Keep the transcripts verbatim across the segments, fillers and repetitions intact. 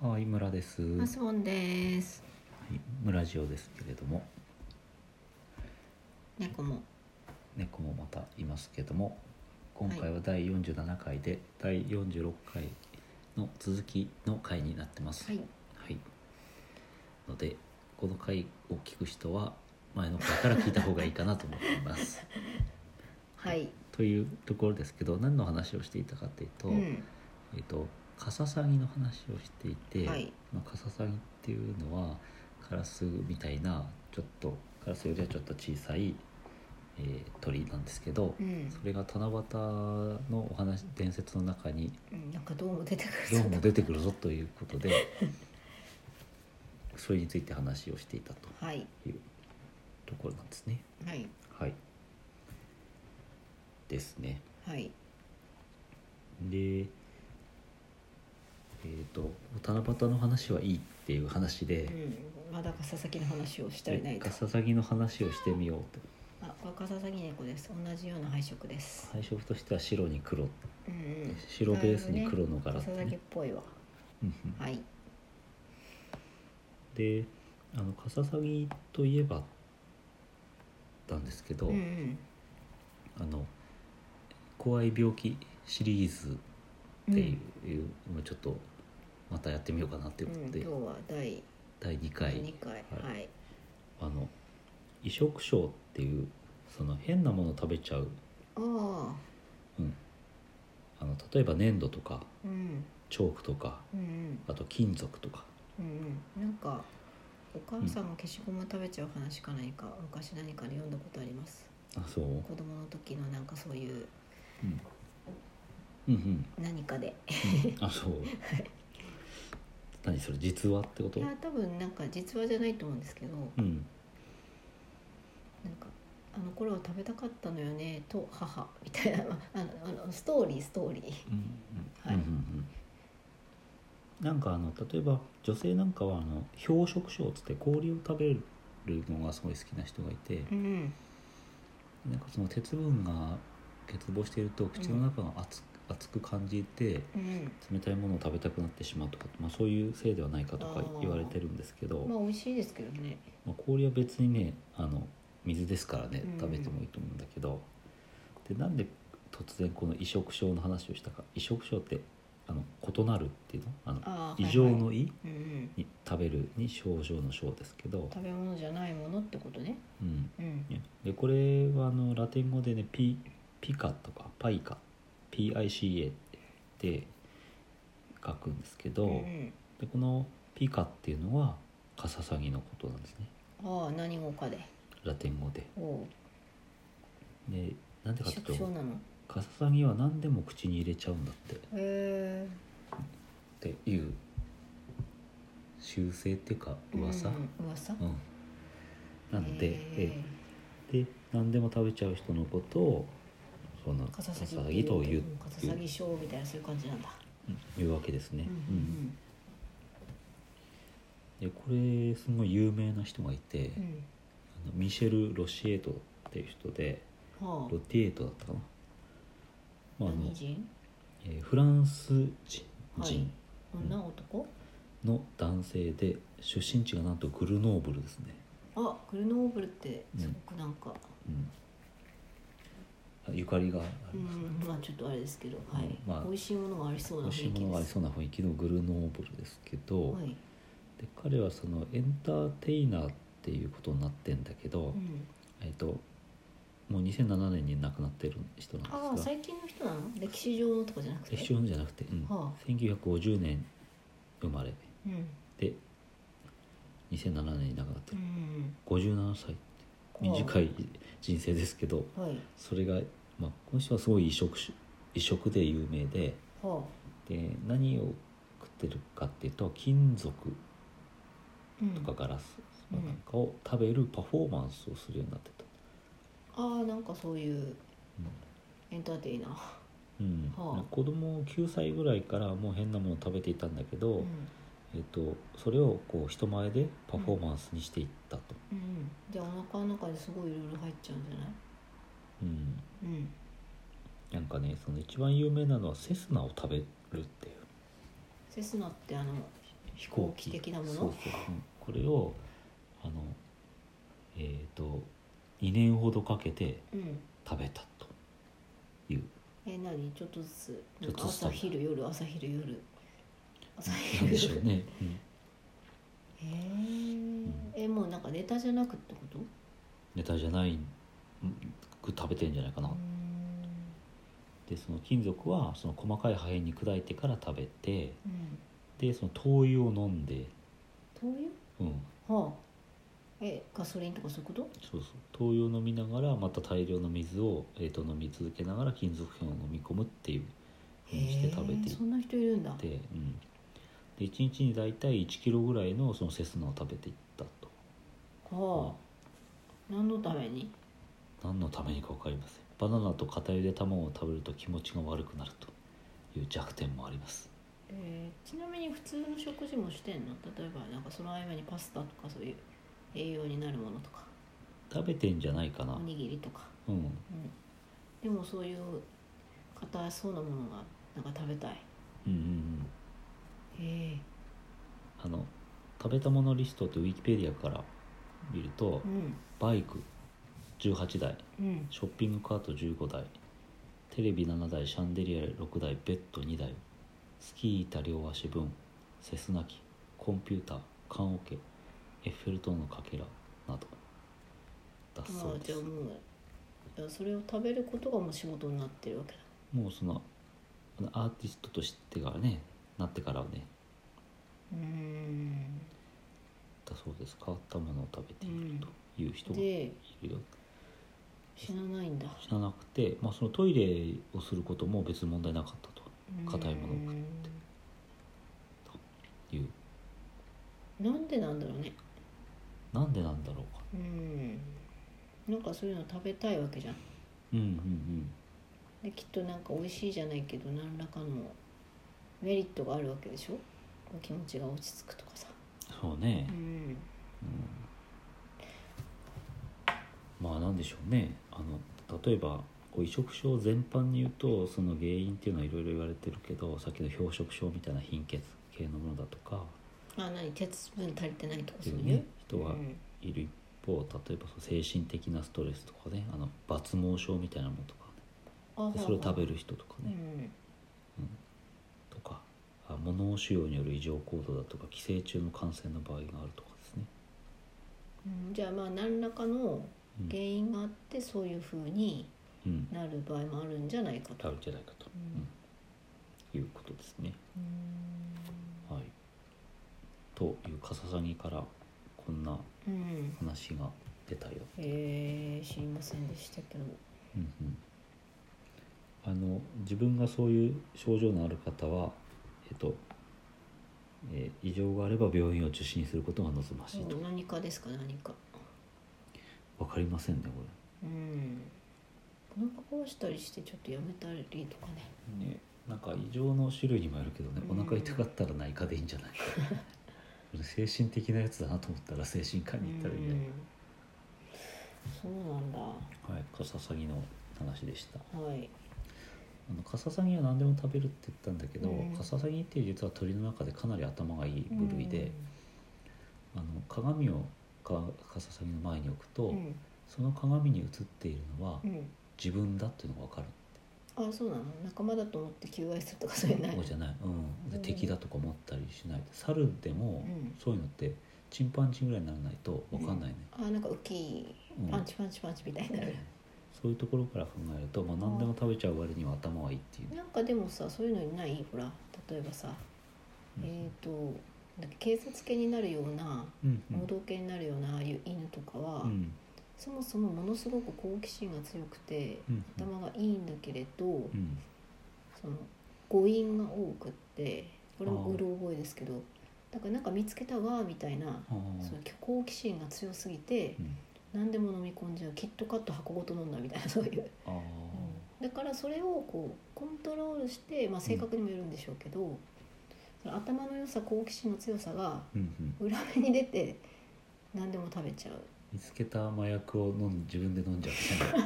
はい、村です。 マスボンです。 はい、村ジオですけれども、 猫も猫もまたいますけども、今回はだいよんじゅうななかいでだいよんじゅうろっかいの続きの回になってます。 はい。 はい。のでこの回を聞く人は前の回から聞いた方がいいかなと思っています。 はい。 というところですけど、何の話をしていたかというと、 うん、 えっとカササギの話をしていて、 はい、 まあ、カササギっていうのはカラスみたいなちょっとカラスよりはちょっと小さい、えー、鳥なんですけど、 うん、 それが七夕のお話伝説の中にうん、なんかどうも出てくるどうも出てくるぞということでそれについて話をしていたというところなんですね。 はい、 はい。ですね。 はい。 でえー、と七夕の話はいいっていう話で、 うん、まだカササギの話をしたりないと。 カササギの話をしてみようと。 あ、これカササギ猫です。同じような配色です。 配色としては白に黒、 うんうん、 白ベースに黒の柄ってね。 カササギっぽいわ。 うんうん、 はい。 で、あのカササギといえばなんですけど、 うんうん、 あの怖い病気シリーズっていうのをちょっとまたやってみようかなっていうことで、 うん、今日は第だいにかい、 にかい、はい、はい、 あの移植症っていうその変なものを食べちゃう、 ああ、 うん、あの例えば粘土とか、 うん、 チョークとか、 うんうん、 あと金属とか、 うんうん、なんかお母さんが消しゴム食べちゃう話か何か、昔何かで読んだことあります。 あ、そう、 子供の時のなんかそういう、 うんうんうん何かで、 うん、あ、そう、はい、何それ、実話ってこと？ いや多分なんか実話じゃないと思うんですけど、 うん、 なんかあの頃は食べたかったのよねと母みたいなあのあのストーリーストーリー、 うんうんはい、 うんうん、なんかあの例えば女性なんかはあの氷食症つって氷を食べるのがすごい好きな人がいて、 うん、 なんかその鉄分が欠乏していると口の中が熱く、うん、熱く感じて冷たいものを食べたくなってしまうとか、まあ、そういうせいではないかとか言われてるんですけど、 まあ美味しいですけどね、 まあ、氷は別にね、あの水ですからね、 うん、 食べてもいいと思うんだけど、でなんで突然この移植症の話をしたか。移植症ってあの異なるっていうの、あのあ、 異常の異、 はいはい、うん、 に食べるに症状の症ですけど、 食べ物じゃないものってことね、 うんうん、 でこれはあのラテン語でね、ピピカとかパイカ ピーアイシーエー って書くんですけど、 うんうん、 でこのピカっていうのはカササギのことなんですね。 ああ、何語かで、 ラテン語で。 おでなんでかっていうと、カササギは何でも口に入れちゃうんだって。 へーっていう習性っていうか噂、 うん、噂、 うん、なんで、えで何でも食べちゃう人のことをそのカササギというカササギ症みたいな、そういう感じなんだ、 うん、いうわけですね。 うんうんうん、 でこれすごい有名な人がいて、 うん、 あのミシェル・ロシエートっていう人で、はあ、ロティエートだったかな、まあ、あの何人、 えー、フランス人、はい、 女男の男性で出身地がなんとグルノーブルですね。 あ、グルノーブルってすごくなんか、 うん、ゆかりがあります、ね、 うん、まあちょっとあれですけど、はい、まあ、美味しいものがありそうな雰囲気です。 美味しいものがありそうな雰囲気のグルノーブルですけど、はい、で彼はそのエンターテイナーっていうことになってんだけど、うん、えっともうにせんななねんに亡くなってる人なんですが。 ああ、最近の人なの？歴史上のとかじゃなくて？ 歴史上のじゃなくて、うん、はあ、せんきゅうひゃくごじゅうねん生まれ、うん、でにせんななねんに亡くなってる、うん、ごじゅうななさい、短い人生ですけど、はい、それが、まあ、この人はすごい異色、異色で有名で、はあ、で何を食ってるかっていうと金属とかガラスなんかを食べるパフォーマンスをするようになってた。 ああ、なんかそういうエンターテイナー、 うんはあ、子供きゅうさいぐらいからもう変なものを食べていたんだけど、うん、えー、とそれをこう人前でパフォーマンスにしていったと、うんうん、 じゃあお腹の中ですごいいろいろ入っちゃうんじゃない？ うん、うん、なんかね、その一番有名なのはセスナを食べるっていう。 セスナってあの飛行機的なもの。 そうそう、うん、これをあのえっ、ー、とにねんほどかけて食べたという、 うん、え何ちょっとずつなんか朝昼夜朝昼夜朝昼夜でしょうね、うん、へえ、うん、えもうなんかネタじゃなくってこと？ ネタじゃないく食べてるんじゃないかな。でその金属はその細かい破片に砕いてから食べて、うん、でその灯油を飲んで。 灯油？うんはあ、えガソリンとかそういうこと？ そうそう、灯油を飲みながらまた大量の水を、えー、と飲み続けながら金属片を飲み込むっていうふうにして食べていって、 そんな人いるんだ。 で、うん、でいちにちにだいたいいちキロぐらいのそのセスナを食べていったと。 はあ、何のために？ 何のためにか分かりません。バナナと片茹で卵を食べると気持ちが悪くなるという弱点もあります。 えー、ちなみに普通の食事もしてんの？例えばなんかその合間にパスタとかそういう栄養になるものとか食べてんじゃないかな。 おにぎりとか、 うん、うん、 でもそういう硬そうなものがなんか食べたい。 うんうんうん。 へえ。 あの食べたものリストってウィキペディアから見ると、うん、バイクじゅうはちだい、うん、ショッピングカートじゅうごだい、テレビななだい、シャンデリアろくだい、ベッドにだい、スキー板両足分、セスナ機、コンピューター、缶桶、エッフェル塔のかけらなどだそうです。 ああ、じゃあもうそれを食べることがもう仕事になってるわけだ。 もうそのアーティストとしてからねなってからはね、うーんだそうです。変わったものを食べているという人がいるよ、うん、 死なないんだ。 死ななくて、まあ、そのトイレをすることも別に問題なかったと。硬いものを食ってという。 なんでなんだろうね。 なんでなんだろうか。 うんなんかそういうの食べたいわけじゃん。 うんうんうん。 できっとなんか美味しいじゃないけど何らかのメリットがあるわけでしょ。気持ちが落ち着くとかさ。 そうね、うんうん、まあなんでしょうね。あの例えばこう移植症全般に言うとその原因っていうのはいろいろ言われてるけど、さっきの氷食症みたいな貧血系のものだとか、 あ何鉄分足りてないとかそういうね人がいる一方、例えばその精神的なストレスとかね、あの抜毛症みたいなものとかね、でそれを食べる人とかね、うんうん、とかモ脳腫瘍による異常行動だとか寄生虫の感染の場合があるとかですね、 うん、じゃあまあ何らかの原因があってそういうふうになる場合もあるんじゃないかと、 あるんじゃないかと、うん、いうことですね。はい、というカササギからこんな話が出たよ、 うん、へえ知りませんでしたけど、 うんうん、あの自分がそういう症状のある方は、えっとえー、異常があれば病院を受診することが望ましいと。 何かですか？何か分かりませんねこれ。うんお腹壊したりしてちょっとやめたりとかね。 ね、なんか異常の種類にもよるけどね、うん、お腹痛かったら内科でいいんじゃないか精神的なやつだなと思ったら精神科に行ったらいいんじゃないか、 うん、そうなんだ。はい、カササギの話でした。 はい。 あのカササギは何でも食べるって言ったんだけど、うん、カササギって実は鳥の中でかなり頭がいい部類で、うん、あの鏡をカササギの前に置くと、うん、その鏡に映っているのは、うん、自分だっていうのが分かる。 あ、そうなの？仲間だと思って求愛するとかそういうのない？ そうじゃない、うん、で敵だとか思ったりしない。猿でもそういうのってチンパンジーぐらいにならないと分かんないね、 うん、あ、なんかウキーパンチパンチパンチみたいになる、うん、 そういうところから考えると、まあ、何でも食べちゃう割には頭はいいっていう。 なんかでもさそういうのにない？ほら例えばさ、うん、えっ、ー、となんか警察犬になるような、盲導犬になるようなああいう犬とかは、うん、そもそもものすごく好奇心が強くて、うん、頭がいいんだけれど、うん、その誤飲が多くって、これもうろ覚えですけど、だからなんか見つけたわみたいな、そういう好奇心が強すぎて、うん、何でも飲み込んじゃう。キットカット箱ごと飲んだみたいなそういう、うん、だからそれをこうコントロールして、まあ、性格にもよるんでしょうけど、うん、その頭の良さ好奇心の強さが裏目に出て何でも食べちゃう。 見つけた麻薬を飲ん自分で飲んじゃう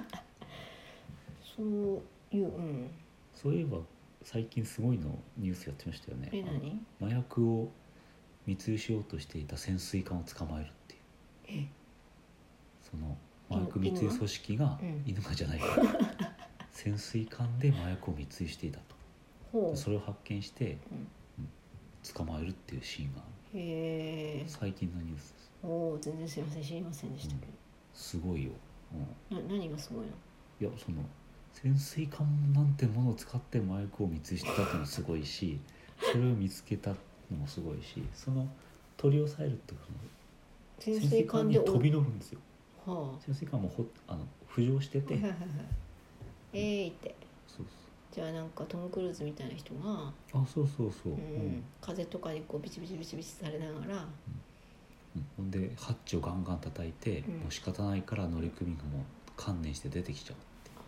そういう、うん、 そういえば最近すごいのニュースやってましたよね。 え、何？ 麻薬を密輸しようとしていた潜水艦を捕まえるっていう、その麻薬密輸組織が犬間じゃない潜水艦で麻薬を密輸していたと、それを発見して、うん、捕まえるっていうシーンがへ最近のニュースです。 おお、全然すいません、知りませんでしたけど、うん、 すごいよ、 うん、な何がすごいの？ いや、その潜水艦なんてものを使って麻薬を密輸してたっていうのもすごいしそれを見つけたのもすごいし、その取り押さえるってこと潜水艦に飛び乗るんですよ、はあ、潜水艦もほあの浮上してて、はいはいはい、 えーってそうそう、じゃあなんかトム・クルーズみたいな人があ、そうそうそう、うんうん、 風とかにこうビチビチビチビチされながら、 うん、ほんでハッチをガンガン叩いて、うん、もう仕方ないから乗組員がもう観念して出てきちゃうって、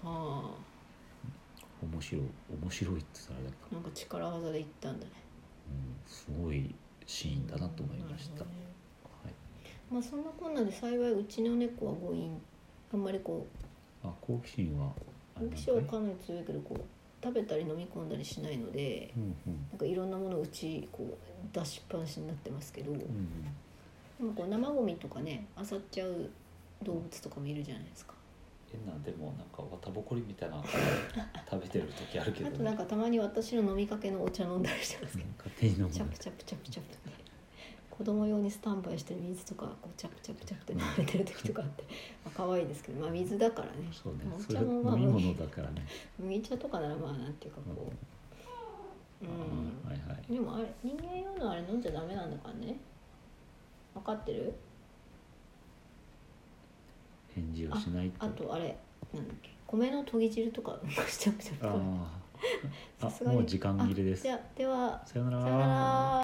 はあ、面白い面白いって言ったらあれだけど、 なんか力技でいったんだね、 うん、すごいシーンだなと思いました、うん、ね、はい、 まあそんなこんなで幸いうちの猫は強引、あんまりこうあ好奇心は好奇心はかなり強いけどこう食べたり飲み込んだりしないので、うんうん、なんかいろんなものをうちこう出しっぱなしになってますけど、うんうん、でもこう生ゴミとかね漁っちゃう動物とかもいるじゃないですか。 変な、でもなんか綿ぼこりみたいな食べてる時あるけど、ね、 あとなんかたまに私の飲みかけのお茶飲んだりしてますけど、 勝手に飲むチャプチャプチャプチャプとね、子供用にスタンバイしてる水とかこうチャプチャプチャプと飲めてる時とかあってまあ可愛いですけど、まあ水だからね、 そうね、 お茶もまあ飲み物だからね、 麦茶とかならまあなんていうかこう、うん、はいはい、でもあれ人間用のあれ飲んじゃダメなんだからね、分かってる？ 返事をしないと。 あ, あとあれなんだっけ、米の研ぎ汁とかしちゃうじゃん。 ああ、もう時間切れです。 ではではさよなら。 さよなら。